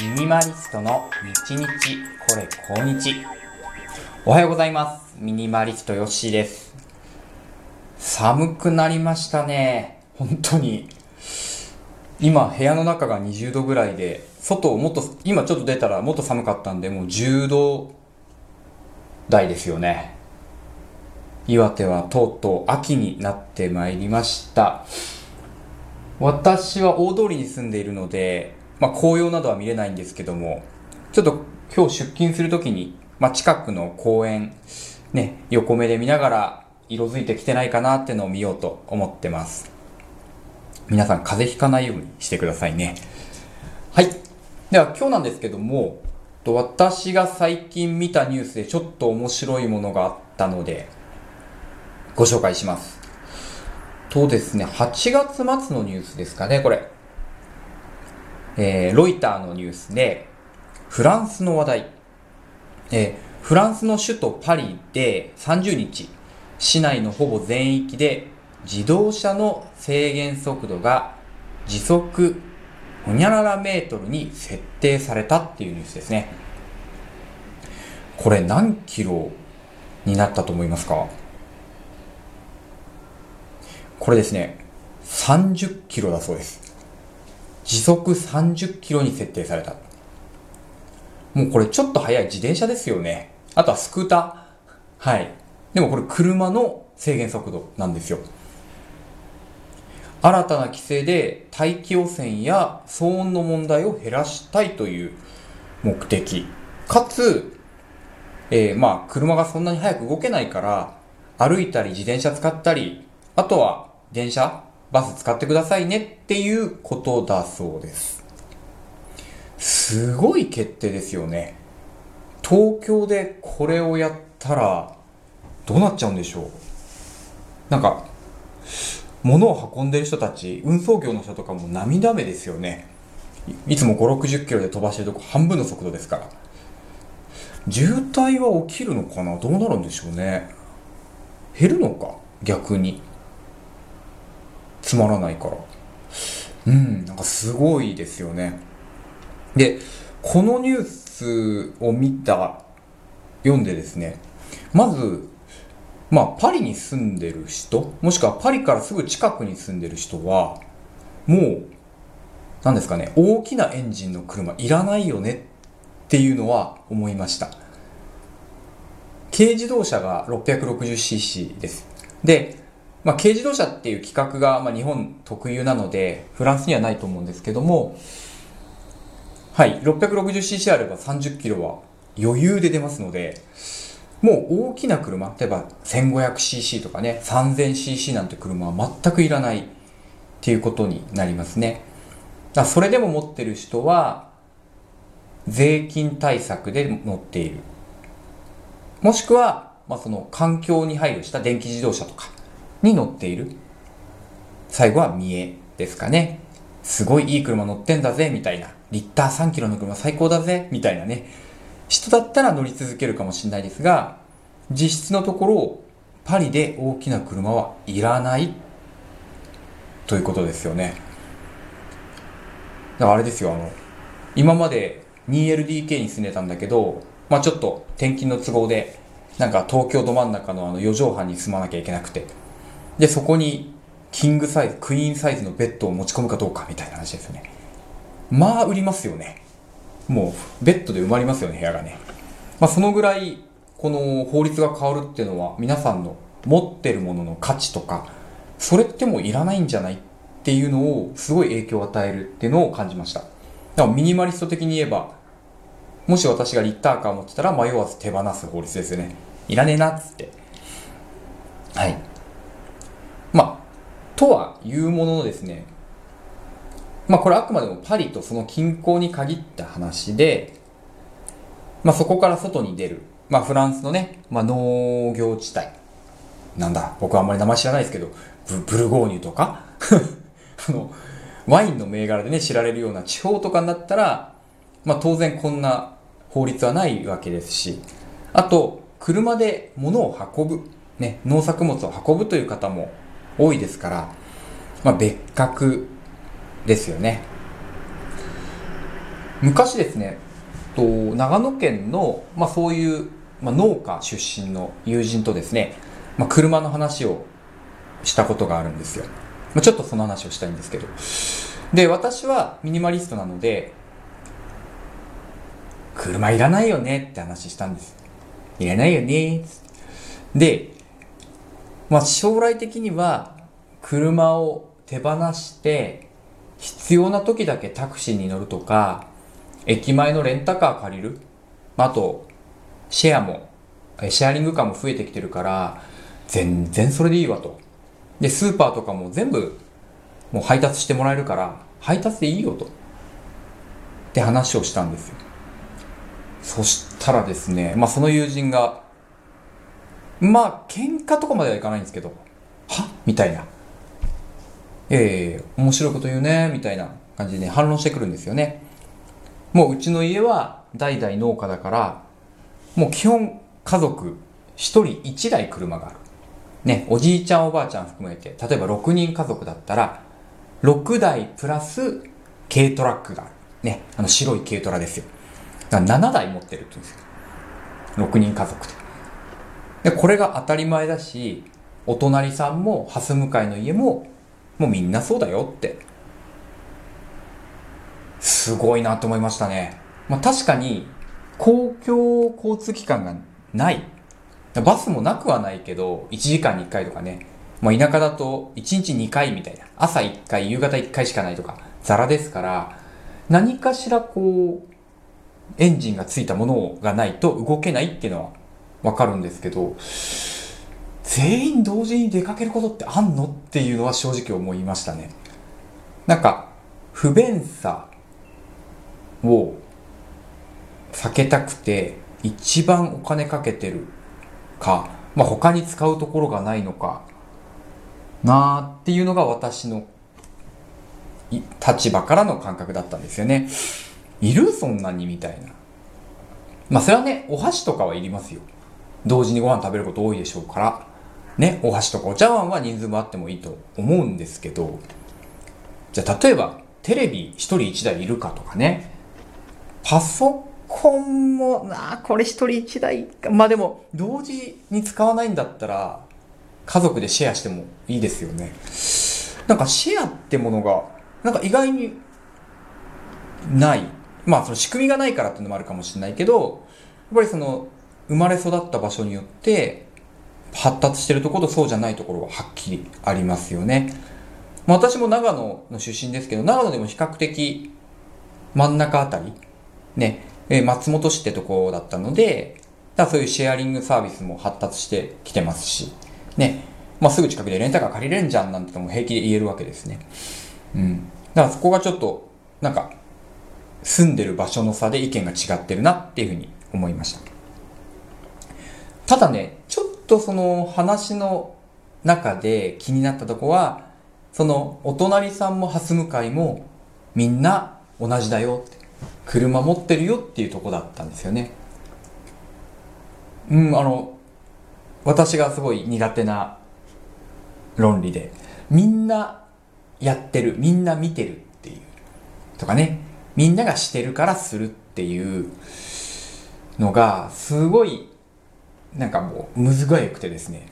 ミニマリストの日日これ今日。おはようございます。ミニマリストヨッシーです。寒くなりましたね。本当に今部屋の中が20度ぐらいで、外もっと今ちょっと出たらもっと寒かったんで、もう10度台ですよね。岩手はとうとう秋になってまいりました。私は大通りに住んでいるので、紅葉などは見れないんですけども、ちょっと今日出勤するときに、近くの公園、横目で見ながら色づいてきてないかなってのを見ようと思ってます。皆さん風邪ひかないようにしてくださいね。はい。では今日なんですけども、私が最近見たニュースでちょっと面白いものがあったので、ご紹介します。ですね、8月末のニュースですかね、これ。ロイターのニュースで、フランスの話題。フランスの首都パリで30日、市内のほぼ全域で自動車の制限速度が時速ほにゃららメートルに設定されたっていうニュースですね。これ何キロになったと思いますか？これですね、30キロだそうです。時速30キロに設定された。もうこれちょっと速い自転車ですよね。あとはスクーター。はい。でもこれ車の制限速度なんですよ。新たな規制で大気汚染や騒音の問題を減らしたいという目的。かつ、車がそんなに早く動けないから、歩いたり自転車使ったり、あとは電車、バス使ってくださいねっていうことだそうです。すごい決定ですよね。東京でこれをやったらどうなっちゃうんでしょう。なんか物を運んでる人たち、運送業の人とかも涙目ですよね。いつも5、60キロで飛ばしてるとこ半分の速度ですから。渋滞は起きるのかな、どうなるんでしょうね。減るのか、逆に。つまらないから。なんかすごいですよね。で、このニュースを読んでですね、まず、パリに住んでる人、もしくはパリからすぐ近くに住んでる人は、もう、なんですかね、大きなエンジンの車いらないよねっていうのは思いました。軽自動車が 660cc です。で、軽自動車っていう規格が日本特有なので、フランスにはないと思うんですけども、はい、660cc あれば30キロは余裕で出ますので、もう大きな車、例えば 1500cc とかね、3000cc なんて車は全くいらないっていうことになりますね。それでも持ってる人は、税金対策で乗っている。もしくは、その環境に配慮した電気自動車とかに乗っている。最後は見栄ですかね。すごいいい車乗ってんだぜ、みたいな。リッター3キロの車最高だぜ、みたいなね。人だったら乗り続けるかもしれないですが、実質のところ、パリで大きな車はいらないということですよね。だからあれですよ、今まで 2LDK に住んでたんだけど、ちょっと転勤の都合で、東京ど真ん中の4畳半に住まなきゃいけなくて、で、そこにキングサイズ、クイーンサイズのベッドを持ち込むかどうかみたいな話ですよね。売りますよね。もう、ベッドで埋まりますよね、部屋がね。そのぐらい、この法律が変わるっていうのは、皆さんの持ってるものの価値とか、それってもういらないんじゃないっていうのを、すごい影響を与えるっていうのを感じました。だからミニマリスト的に言えば、もし私がリッターカーを持ってたら迷わず手放す法律ですよね。いらねえなっつって。はい。とはいうもののですね、これあくまでもパリとその近郊に限った話で、そこから外に出る、フランスのね、農業地帯。僕はあんまり名前知らないですけど、ブルゴーニュとかワインの銘柄でね、知られるような地方とかになったら、当然こんな法律はないわけですし、あと、車で物を運ぶ、ね、農作物を運ぶという方も多いですから、別格ですよね。 昔ですね、長野県の、そういう、農家出身の友人とですね、車の話をしたことがあるんですよ。ちょっとその話をしたいんですけど。で、私はミニマリストなので、車いらないよねって話したんです。いらないよね。で、将来的には車を手放して必要な時だけタクシーに乗るとか、駅前のレンタカー借りる、あとシェアリングカーも増えてきてるから、全然それでいいわと。で、スーパーとかも全部もう配達してもらえるから配達でいいよとって話をしたんですよ。そしたらですね、その友人が喧嘩とかまではいかないんですけど、はみたいな。面白いこと言うねみたいな感じで、反論してくるんですよね。もううちの家は代々農家だから、もう基本家族一人一台車がある。ね、おじいちゃんおばあちゃん含めて、例えば6人家族だったら、6台プラス軽トラックがある。ね、白い軽トラですよ。だから7台持ってるって言うんですよ。6人家族で。これが当たり前だし、お隣さんも、蓮向かいの家も、もうみんなそうだよって。すごいなと思いましたね。確かに、公共交通機関がない。バスもなくはないけど、1時間に1回とかね。田舎だと1日2回みたいな。朝1回、夕方1回しかないとか、ザラですから、何かしらエンジンがついたものがないと動けないっていうのはわかるんですけど、全員同時に出かけることってあんのっていうのは正直思いましたね。不便さを避けたくて一番お金かけてるか、他に使うところがないのかなっていうのが私の立場からの感覚だったんですよね。いるそんなにみたいな。それはね、お箸とかはいりますよ。同時にご飯食べること多いでしょうから。ね、お箸とかお茶碗は人数もあってもいいと思うんですけど、じゃあ例えばテレビ一人一台いるかとかね、パソコンもこれ一人一台でも同時に使わないんだったら家族でシェアしてもいいですよね。シェアってものが意外にない。その仕組みがないからっていうのもあるかもしれないけど、やっぱりその生まれ育った場所によって発達してるところとそうじゃないところがはっきりありますよね。私も長野の出身ですけど、長野でも比較的真ん中あたりね、松本市ってとこだったので、そういうシェアリングサービスも発達してきてますしね、すぐ近くでレンタカー借りれんじゃんなんてのも平気で言えるわけですね。だからそこがちょっと住んでる場所の差で意見が違ってるなっていうふうに思いました。ただね、ちょっとその話の中で気になったとこは、そのお隣さんも蓮向かいもみんな同じだよって、車持ってるよっていうとこだったんですよね。私がすごい苦手な論理で、みんなやってる、みんな見てるっていうとかね、みんながしてるからするっていうのがすごいもうむずがゆくてですね、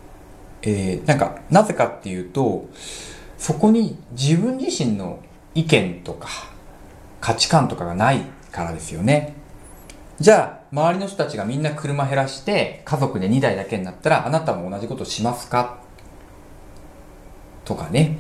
なぜかっていうと、そこに自分自身の意見とか価値観とかがないからですよね。じゃあ周りの人たちがみんな車減らして家族で2台だけになったら、あなたも同じことしますかとかね。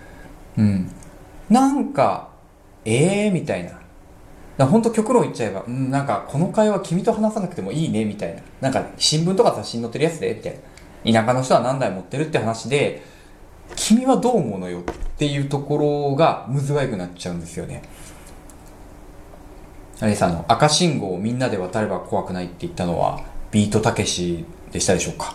みたいな。本当極論言っちゃえば、この会話君と話さなくてもいいねみたいな。新聞とか雑誌に載ってるやつでみたいな。田舎の人は何台持ってるって話で、君はどう思うのよっていうところがむずがゆくなっちゃうんですよね。赤信号をみんなで渡れば怖くないって言ったのはビートたけしでしたでしょうか。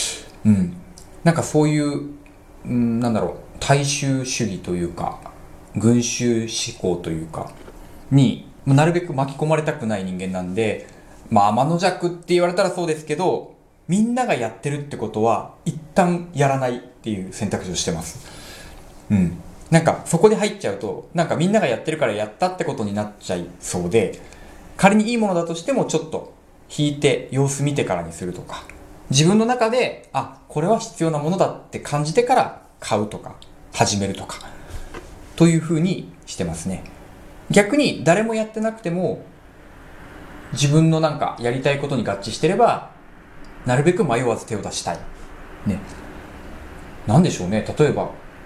そういう大衆主義というか群衆思考というかになるべく巻き込まれたくない人間なんで、天の弱って言われたらそうですけど、みんながやってるってことは一旦やらないっていう選択肢をしてます。 なんかそこで入っちゃうと、なんかみんながやってるからやったってことになっちゃいそうで、仮にいいものだとしてもちょっと引いて様子見てからにするとか、自分の中で、これは必要なものだって感じてから買うとか、始めるとか、という風にしてますね。逆に誰もやってなくても、自分のなんかやりたいことに合致してれば、なるべく迷わず手を出したい。ね。なんでしょうね。例えば、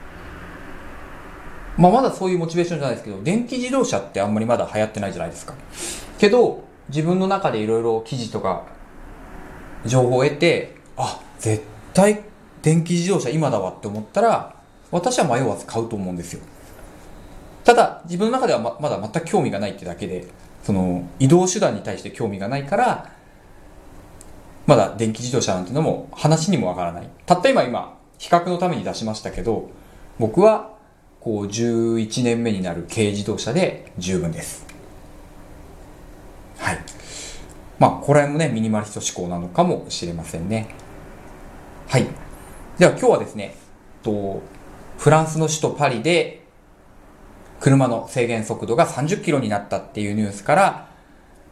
まだそういうモチベーションじゃないですけど、電気自動車ってあんまりまだ流行ってないじゃないですか。けど、自分の中でいろいろ記事とか情報を得て、絶対電気自動車今だわって思ったら、私は迷わず買うと思うんですよ。ただ、自分の中ではまだ全く興味がないってだけで、その移動手段に対して興味がないから、まだ電気自動車なんてのも話にもわからない。たった今、比較のために出しましたけど、僕は11年目になる軽自動車で十分です。はい。これもね、ミニマリスト思考なのかもしれませんね。はい。では今日はですね、フランスの首都パリで車の制限速度が30キロになったっていうニュースから、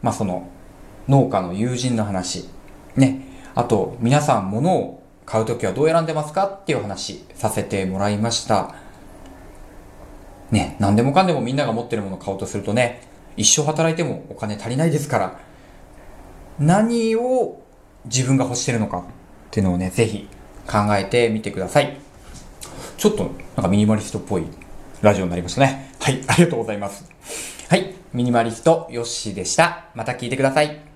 その農家の友人の話、ね、あと皆さん物を買うときはどう選んでますかっていう話させてもらいました。ね、何でもかんでもみんなが持ってるものを買おうとするとね、一生働いてもお金足りないですから、何を自分が欲してるのかっていうのをね、ぜひ考えてみてください。ちょっとなんかミニマリストっぽいラジオになりましたね。はい、ありがとうございます。はい、ミニマリストヨッシーでした。また聞いてください。